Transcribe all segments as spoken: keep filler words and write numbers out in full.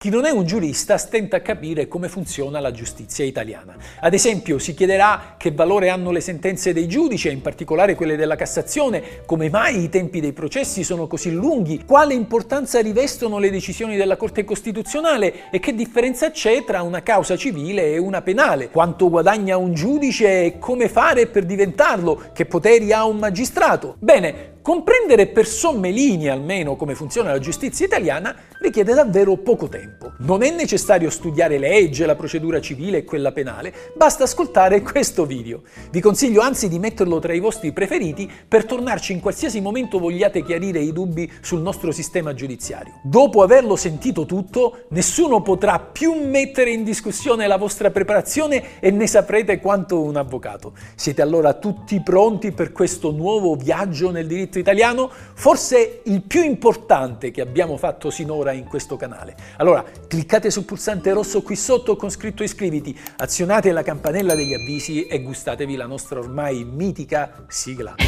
Chi non è un giurista stenta a capire come funziona la giustizia italiana. Ad esempio, si chiederà che valore hanno le sentenze dei giudici, e in particolare quelle della Cassazione, come mai i tempi dei processi sono così lunghi, quale importanza rivestono le decisioni della Corte Costituzionale e che differenza c'è tra una causa civile e una penale, quanto guadagna un giudice e come fare per diventarlo, che poteri ha un magistrato. Bene, comprendere per somme linee almeno come funziona la giustizia italiana richiede davvero poco tempo. Non è necessario studiare legge, la procedura civile e quella penale, basta ascoltare questo video. Vi consiglio anzi di metterlo tra i vostri preferiti per tornarci in qualsiasi momento vogliate chiarire i dubbi sul nostro sistema giudiziario. Dopo averlo sentito tutto, nessuno potrà più mettere in discussione la vostra preparazione e ne saprete quanto un avvocato. Siete allora tutti pronti per questo nuovo viaggio nel diritto italiano, forse il più importante che abbiamo fatto sinora in questo canale. Allora, cliccate sul pulsante rosso qui sotto con scritto iscriviti, azionate la campanella degli avvisi e gustatevi la nostra ormai mitica sigla.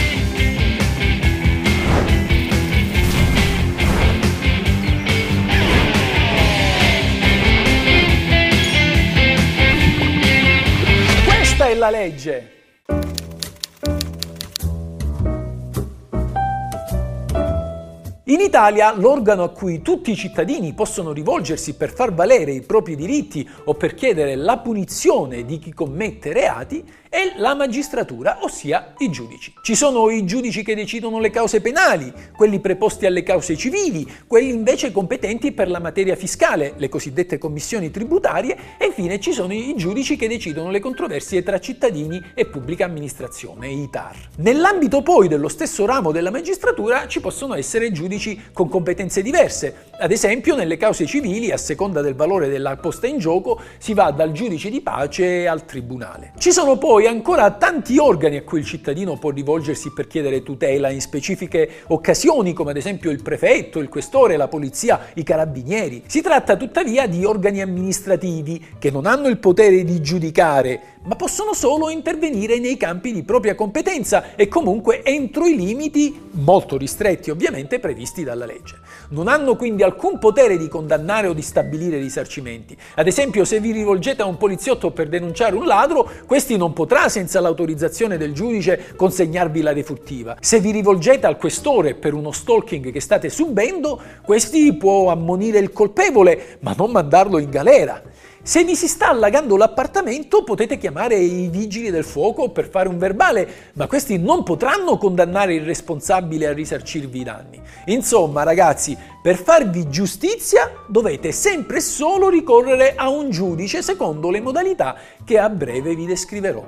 Questa è la legge! In Italia l'organo a cui tutti i cittadini possono rivolgersi per far valere i propri diritti o per chiedere la punizione di chi commette reati è la magistratura, ossia i giudici. Ci sono i giudici che decidono le cause penali, quelli preposti alle cause civili, quelli invece competenti per la materia fiscale, le cosiddette commissioni tributarie, e infine ci sono i giudici che decidono le controversie tra cittadini e pubblica amministrazione, i T A R. Nell'ambito poi dello stesso ramo della magistratura ci possono essere giudici con competenze diverse. Ad esempio, nelle cause civili, a seconda del valore della posta in gioco, si va dal giudice di pace al tribunale. Ci sono poi ancora tanti organi a cui il cittadino può rivolgersi per chiedere tutela in specifiche occasioni, come ad esempio il prefetto, il questore, la polizia, i carabinieri. Si tratta tuttavia di organi amministrativi che non hanno il potere di giudicare, ma possono solo intervenire nei campi di propria competenza e comunque entro i limiti, molto ristretti ovviamente, previsti dalla legge. Non hanno quindi alcun potere di condannare o di stabilire risarcimenti. Ad esempio, se vi rivolgete a un poliziotto per denunciare un ladro, questi non potrà, senza l'autorizzazione del giudice, consegnarvi la refurtiva. Se vi rivolgete al questore per uno stalking che state subendo, questi può ammonire il colpevole, ma non mandarlo in galera. Se vi si sta allagando l'appartamento, potete chiamare i vigili del fuoco per fare un verbale, ma questi non potranno condannare il responsabile a risarcirvi i danni. Insomma, ragazzi, per farvi giustizia dovete sempre e solo ricorrere a un giudice secondo le modalità che a breve vi descriverò.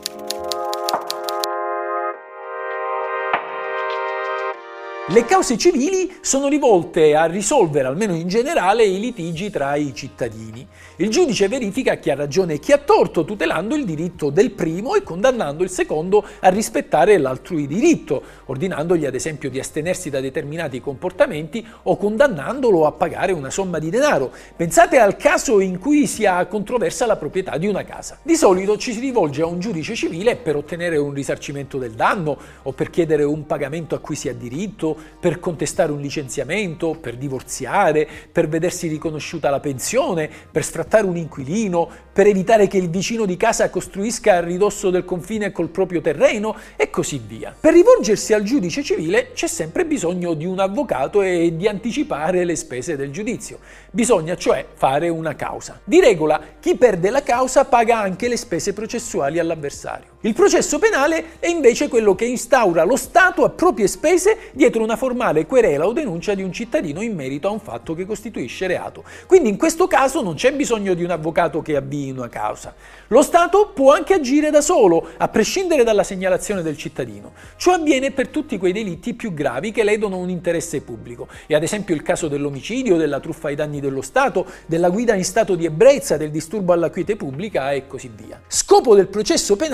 Le cause civili sono rivolte a risolvere, almeno in generale, i litigi tra i cittadini. Il giudice verifica chi ha ragione e chi ha torto, tutelando il diritto del primo e condannando il secondo a rispettare l'altrui diritto, ordinandogli ad esempio di astenersi da determinati comportamenti o condannandolo a pagare una somma di denaro. Pensate al caso in cui sia controversa la proprietà di una casa. Di solito ci si rivolge a un giudice civile per ottenere un risarcimento del danno o per chiedere un pagamento a cui si ha diritto, per contestare un licenziamento, per divorziare, per vedersi riconosciuta la pensione, per sfrattare un inquilino, per evitare che il vicino di casa costruisca a ridosso del confine col proprio terreno e così via. Per rivolgersi al giudice civile c'è sempre bisogno di un avvocato e di anticipare le spese del giudizio. Bisogna cioè fare una causa. Di regola, chi perde la causa paga anche le spese processuali all'avversario. Il processo penale è invece quello che instaura lo Stato a proprie spese dietro una formale querela o denuncia di un cittadino in merito a un fatto che costituisce reato. Quindi in questo caso non c'è bisogno di un avvocato che avvii una causa. Lo Stato può anche agire da solo, a prescindere dalla segnalazione del cittadino. Ciò avviene per tutti quei delitti più gravi che ledono un interesse pubblico. È ad esempio il caso dell'omicidio, della truffa ai danni dello Stato, della guida in stato di ebbrezza, del disturbo alla quiete pubblica e così via. Scopo del processo penale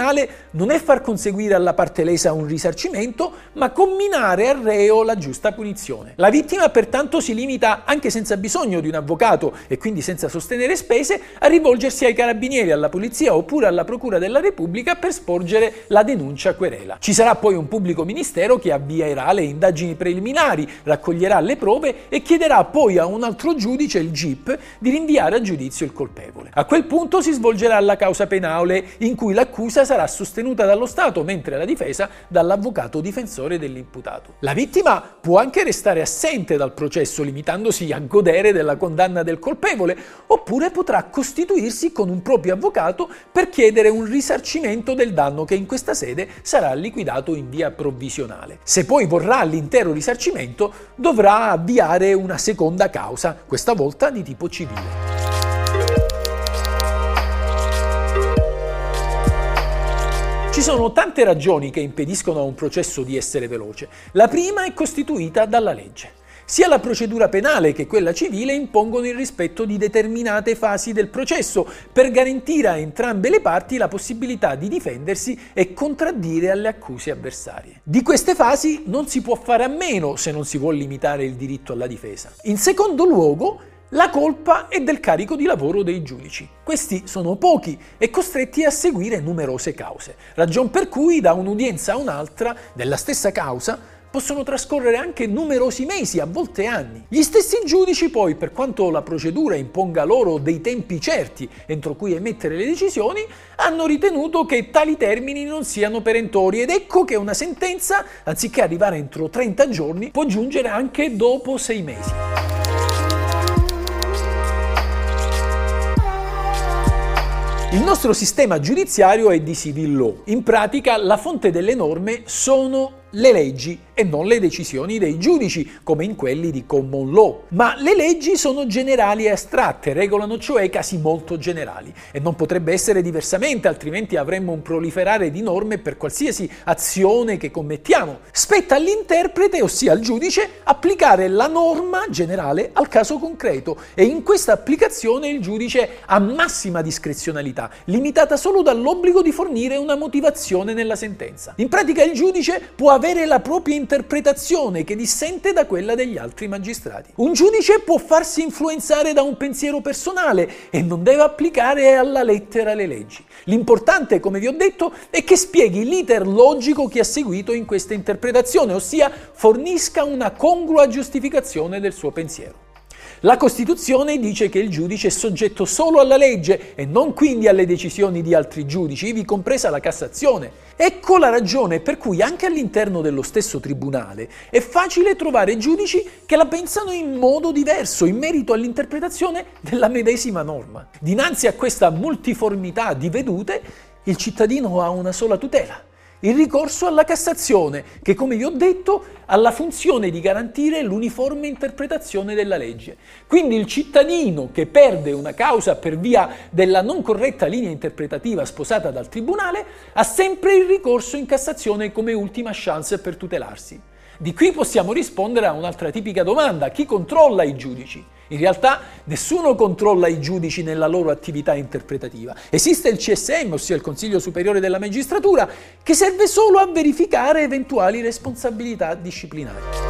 non è far conseguire alla parte lesa un risarcimento, ma comminare al reo la giusta punizione. La vittima pertanto si limita, anche senza bisogno di un avvocato e quindi senza sostenere spese, a rivolgersi ai carabinieri, alla polizia oppure alla procura della Repubblica per sporgere la denuncia querela. Ci sarà poi un pubblico ministero che avvierà le indagini preliminari, raccoglierà le prove e chiederà poi a un altro giudice, il G I P, di rinviare a giudizio il colpevole. A quel punto si svolgerà la causa penale, in cui l'accusa sarà sostenuta dallo Stato, mentre la difesa dall'avvocato difensore dell'imputato. La vittima può anche restare assente dal processo, limitandosi a godere della condanna del colpevole, oppure potrà costituirsi con un proprio avvocato per chiedere un risarcimento del danno che in questa sede sarà liquidato in via provvisionale. Se poi vorrà l'intero risarcimento, dovrà avviare una seconda causa, questa volta di tipo civile. Ci sono tante ragioni che impediscono a un processo di essere veloce. La prima è costituita dalla legge. Sia la procedura penale che quella civile impongono il rispetto di determinate fasi del processo per garantire a entrambe le parti la possibilità di difendersi e contraddire alle accuse avversarie. Di queste fasi non si può fare a meno se non si vuole limitare il diritto alla difesa. In secondo luogo, la colpa è del carico di lavoro dei giudici. Questi sono pochi e costretti a seguire numerose cause, ragion per cui da un'udienza a un'altra della stessa causa possono trascorrere anche numerosi mesi, a volte anni. Gli stessi giudici poi, per quanto la procedura imponga loro dei tempi certi entro cui emettere le decisioni, hanno ritenuto che tali termini non siano perentori ed ecco che una sentenza, anziché arrivare entro trenta giorni, può giungere anche dopo sei mesi. Il nostro sistema giudiziario è di civil law. In pratica la fonte delle norme sono le leggi e non le decisioni dei giudici, come in quelli di common law. Ma le leggi sono generali e astratte, regolano cioè casi molto generali. E non potrebbe essere diversamente, altrimenti avremmo un proliferare di norme per qualsiasi azione che commettiamo. Spetta all'interprete, ossia al giudice, applicare la norma generale al caso concreto e in questa applicazione il giudice ha massima discrezionalità, limitata solo dall'obbligo di fornire una motivazione nella sentenza. In pratica il giudice può avere la propria interpretazione che dissente da quella degli altri magistrati. Un giudice può farsi influenzare da un pensiero personale e non deve applicare alla lettera le leggi. L'importante, come vi ho detto, è che spieghi l'iter logico che ha seguito in questa interpretazione, ossia fornisca una congrua giustificazione del suo pensiero. La Costituzione dice che il giudice è soggetto solo alla legge e non quindi alle decisioni di altri giudici, ivi compresa la Cassazione. Ecco la ragione per cui anche all'interno dello stesso tribunale è facile trovare giudici che la pensano in modo diverso in merito all'interpretazione della medesima norma. Dinanzi a questa multiformità di vedute, il cittadino ha una sola tutela: il ricorso alla Cassazione, che, come vi ho detto, ha la funzione di garantire l'uniforme interpretazione della legge. Quindi il cittadino che perde una causa per via della non corretta linea interpretativa sposata dal Tribunale ha sempre il ricorso in Cassazione come ultima chance per tutelarsi. Di qui possiamo rispondere a un'altra tipica domanda: chi controlla i giudici? In realtà nessuno controlla i giudici nella loro attività interpretativa. Esiste il C S M, ossia il Consiglio Superiore della Magistratura, che serve solo a verificare eventuali responsabilità disciplinari.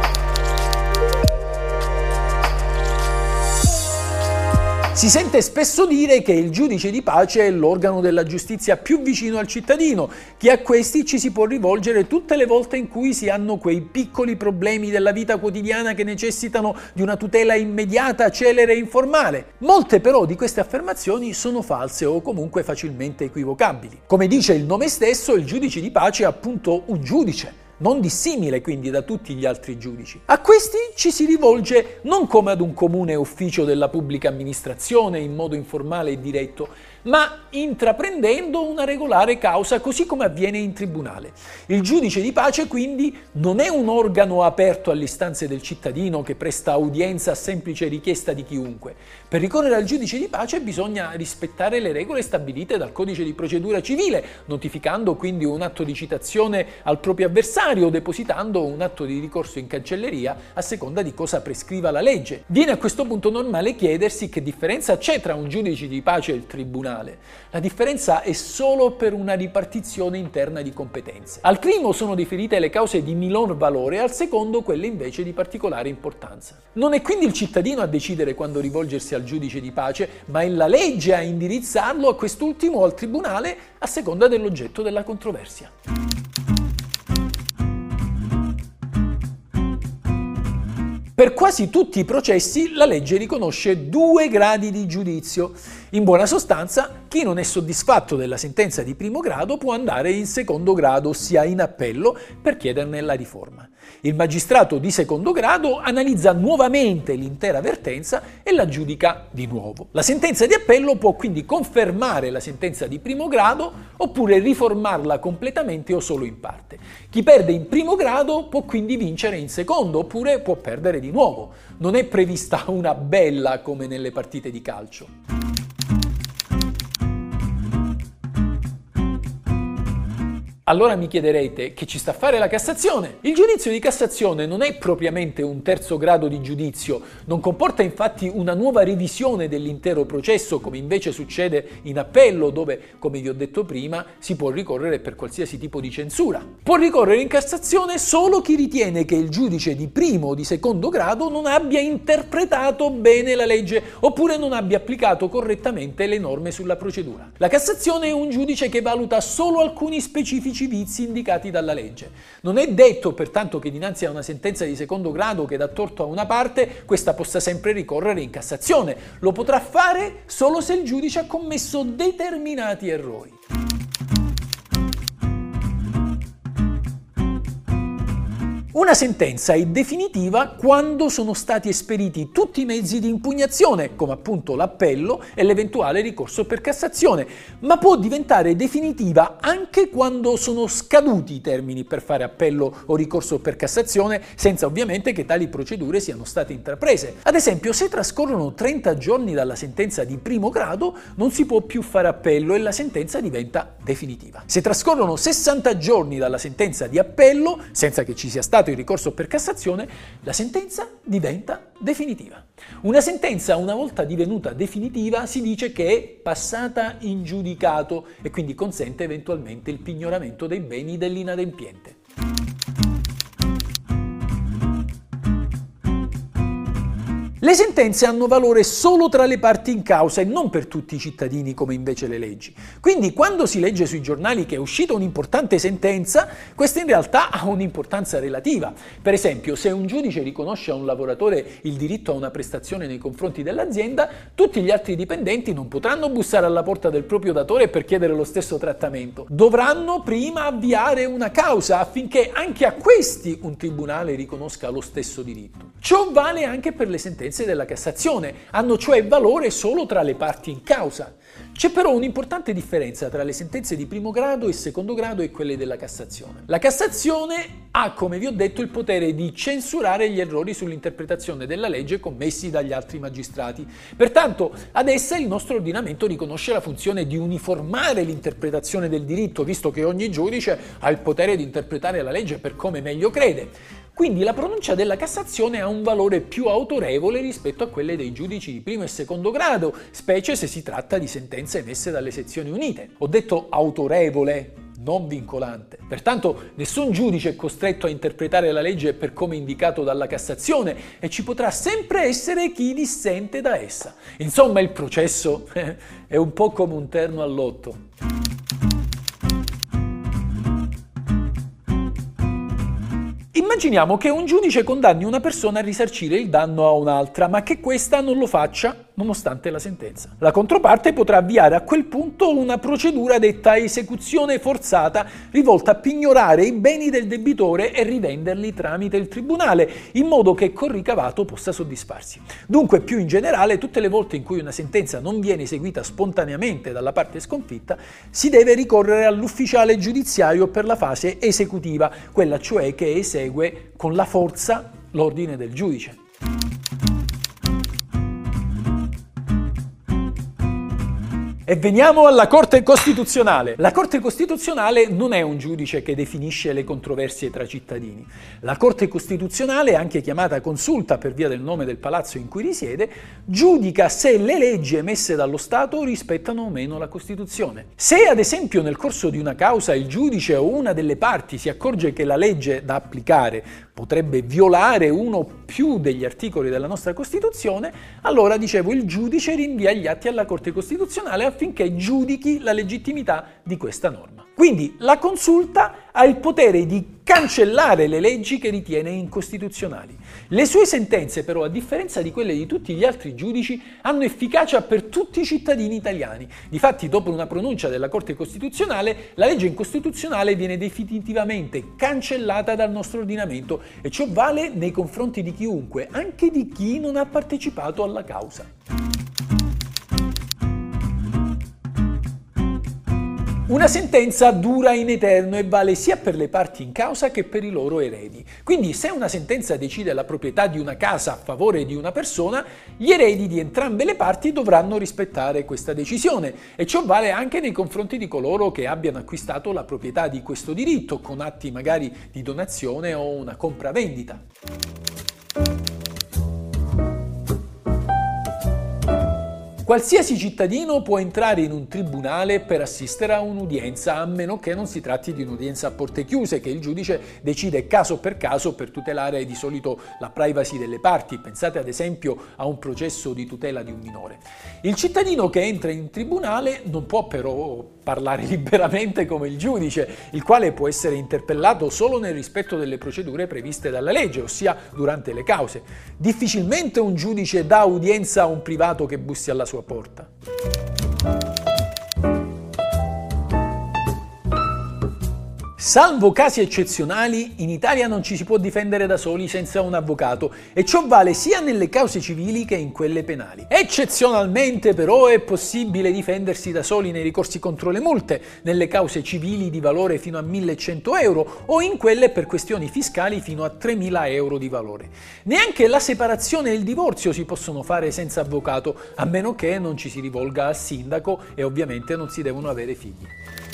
Si sente spesso dire che il giudice di pace è l'organo della giustizia più vicino al cittadino, che a questi ci si può rivolgere tutte le volte in cui si hanno quei piccoli problemi della vita quotidiana che necessitano di una tutela immediata, celere e informale. Molte però di queste affermazioni sono false o comunque facilmente equivocabili. Come dice il nome stesso, il giudice di pace è appunto un giudice, non dissimile quindi da tutti gli altri giudici. A questi ci si rivolge non come ad un comune ufficio della pubblica amministrazione in modo informale e diretto, ma intraprendendo una regolare causa, così come avviene in tribunale. Il giudice di pace quindi non è un organo aperto alle istanze del cittadino che presta udienza a semplice richiesta di chiunque. Per ricorrere al giudice di pace bisogna rispettare le regole stabilite dal codice di procedura civile, notificando quindi un atto di citazione al proprio avversario, giudiziario o depositando un atto di ricorso in cancelleria a seconda di cosa prescriva la legge. Viene a questo punto normale chiedersi che differenza c'è tra un giudice di pace e il tribunale. La differenza è solo per una ripartizione interna di competenze. Al primo sono deferite le cause di minor valore, al secondo quelle invece di particolare importanza. Non è quindi il cittadino a decidere quando rivolgersi al giudice di pace, ma è la legge a indirizzarlo a quest'ultimo o al tribunale a seconda dell'oggetto della controversia. Per quasi tutti i processi la legge riconosce due gradi di giudizio. In buona sostanza, chi non è soddisfatto della sentenza di primo grado può andare in secondo grado, ossia in appello, per chiederne la riforma. Il magistrato di secondo grado analizza nuovamente l'intera vertenza e la giudica di nuovo. La sentenza di appello può quindi confermare la sentenza di primo grado oppure riformarla completamente o solo in parte. Chi perde in primo grado può quindi vincere in secondo oppure può perdere di nuovo. Non è prevista una bella come nelle partite di calcio. Allora mi chiederete, che ci sta a fare la Cassazione? Il giudizio di Cassazione non è propriamente un terzo grado di giudizio, non comporta infatti una nuova revisione dell'intero processo, come invece succede in appello, dove, come vi ho detto prima, si può ricorrere per qualsiasi tipo di censura. Può ricorrere in Cassazione solo chi ritiene che il giudice di primo o di secondo grado non abbia interpretato bene la legge, oppure non abbia applicato correttamente le norme sulla procedura. La Cassazione è un giudice che valuta solo alcuni specifici vizi indicati dalla legge. Non è detto pertanto che dinanzi a una sentenza di secondo grado che dà torto a una parte, questa possa sempre ricorrere in Cassazione. Lo potrà fare solo se il giudice ha commesso determinati errori. Una sentenza è definitiva quando sono stati esperiti tutti i mezzi di impugnazione, come appunto l'appello e l'eventuale ricorso per Cassazione, ma può diventare definitiva anche quando sono scaduti i termini per fare appello o ricorso per Cassazione, senza ovviamente che tali procedure siano state intraprese. Ad esempio, se trascorrono trenta giorni dalla sentenza di primo grado, non si può più fare appello e la sentenza diventa definitiva. Se trascorrono sessanta giorni dalla sentenza di appello, senza che ci sia stato il ricorso per Cassazione, la sentenza diventa definitiva. Una sentenza, una volta divenuta definitiva, si dice che è passata in giudicato e quindi consente eventualmente il pignoramento dei beni dell'inadempiente. Le sentenze hanno valore solo tra le parti in causa e non per tutti i cittadini come invece le leggi. Quindi quando si legge sui giornali che è uscita un'importante sentenza, questa in realtà ha un'importanza relativa. Per esempio, se un giudice riconosce a un lavoratore il diritto a una prestazione nei confronti dell'azienda, tutti gli altri dipendenti non potranno bussare alla porta del proprio datore per chiedere lo stesso trattamento. Dovranno prima avviare una causa affinché anche a questi un tribunale riconosca lo stesso diritto. Ciò vale anche per le sentenze della Cassazione, hanno cioè valore solo tra le parti in causa. C'è però un'importante differenza tra le sentenze di primo grado e secondo grado e quelle della Cassazione. La Cassazione ha, come vi ho detto, il potere di censurare gli errori sull'interpretazione della legge commessi dagli altri magistrati. Pertanto, ad essa il nostro ordinamento riconosce la funzione di uniformare l'interpretazione del diritto, visto che ogni giudice ha il potere di interpretare la legge per come meglio crede. Quindi la pronuncia della Cassazione ha un valore più autorevole rispetto a quelle dei giudici di primo e secondo grado, specie se si tratta di sentenze emesse dalle sezioni unite. Ho detto autorevole, non vincolante. Pertanto nessun giudice è costretto a interpretare la legge per come indicato dalla Cassazione e ci potrà sempre essere chi dissente da essa. Insomma, il processo è un po' come un terno al lotto. Immaginiamo che un giudice condanni una persona a risarcire il danno a un'altra, ma che questa non lo faccia nonostante la sentenza. La controparte potrà avviare a quel punto una procedura detta esecuzione forzata, rivolta a pignorare i beni del debitore e rivenderli tramite il tribunale, in modo che col ricavato possa soddisfarsi. Dunque, più in generale, tutte le volte in cui una sentenza non viene eseguita spontaneamente dalla parte sconfitta, si deve ricorrere all'ufficiale giudiziario per la fase esecutiva, quella cioè che esegue con la forza l'ordine del giudice. E veniamo alla Corte Costituzionale. La Corte Costituzionale non è un giudice che definisce le controversie tra cittadini. La Corte Costituzionale, anche chiamata consulta per via del nome del palazzo in cui risiede, giudica se le leggi emesse dallo Stato rispettano o meno la Costituzione. Se ad esempio nel corso di una causa il giudice o una delle parti si accorge che la legge da applicare potrebbe violare uno o più degli articoli della nostra Costituzione, allora, dicevo, il giudice rinvia gli atti alla Corte Costituzionale affinché giudichi la legittimità di questa norma. Quindi la consulta ha il potere di cancellare le leggi che ritiene incostituzionali. Le sue sentenze, però, a differenza di quelle di tutti gli altri giudici, hanno efficacia per tutti i cittadini italiani. Difatti, dopo una pronuncia della Corte Costituzionale, la legge incostituzionale viene definitivamente cancellata dal nostro ordinamento e ciò vale nei confronti di chiunque, anche di chi non ha partecipato alla causa. Una sentenza dura in eterno e vale sia per le parti in causa che per i loro eredi. Quindi se una sentenza decide la proprietà di una casa a favore di una persona, gli eredi di entrambe le parti dovranno rispettare questa decisione e ciò vale anche nei confronti di coloro che abbiano acquistato la proprietà di questo diritto con atti magari di donazione o una compravendita. Qualsiasi cittadino può entrare in un tribunale per assistere a un'udienza, a meno che non si tratti di un'udienza a porte chiuse, che il giudice decide caso per caso per tutelare di solito la privacy delle parti. Pensate ad esempio a un processo di tutela di un minore. Il cittadino che entra in tribunale non può però parlare liberamente come il giudice, il quale può essere interpellato solo nel rispetto delle procedure previste dalla legge, ossia durante le cause. Difficilmente un giudice dà udienza a un privato che bussi alla sua porta. Salvo casi eccezionali, in Italia non ci si può difendere da soli senza un avvocato e ciò vale sia nelle cause civili che in quelle penali. Eccezionalmente però è possibile difendersi da soli nei ricorsi contro le multe, nelle cause civili di valore fino a millecento euro o in quelle per questioni fiscali fino a tremila euro di valore. Neanche la separazione e il divorzio si possono fare senza avvocato, a meno che non ci si rivolga al sindaco e ovviamente non si devono avere figli.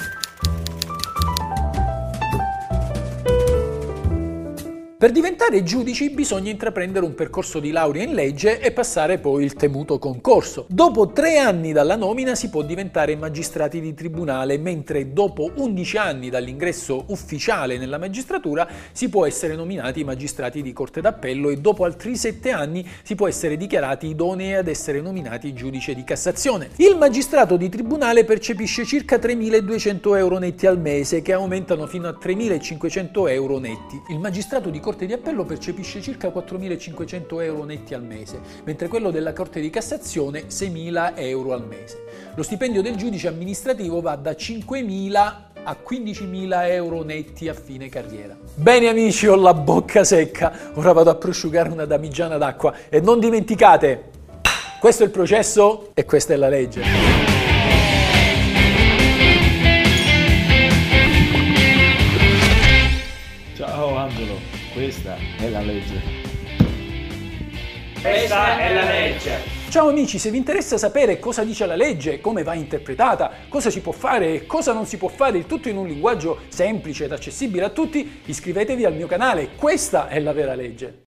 Per diventare giudici bisogna intraprendere un percorso di laurea in legge e passare poi il temuto concorso. Dopo tre anni dalla nomina si può diventare magistrati di tribunale, mentre dopo undici anni dall'ingresso ufficiale nella magistratura si può essere nominati magistrati di corte d'appello e dopo altri sette anni si può essere dichiarati idonei ad essere nominati giudice di Cassazione. Il magistrato di tribunale percepisce circa tremiladuecento euro netti al mese, che aumentano fino a tremilacinquecento euro netti. Il magistrato di Corte di Appello percepisce circa quattromilacinquecento euro netti al mese, mentre quello della Corte di Cassazione seimila euro al mese. Lo stipendio del giudice amministrativo va da cinquemila a quindicimila euro netti a fine carriera. Bene amici, ho la bocca secca, ora vado a prosciugare una damigiana d'acqua e non dimenticate, questo è il processo e questa è la legge. Ciao Angelo, questa è la legge. Questa è la legge. Ciao amici, se vi interessa sapere cosa dice la legge, come va interpretata, cosa si può fare e cosa non si può fare, il tutto in un linguaggio semplice ed accessibile a tutti, iscrivetevi al mio canale, questa è la vera legge.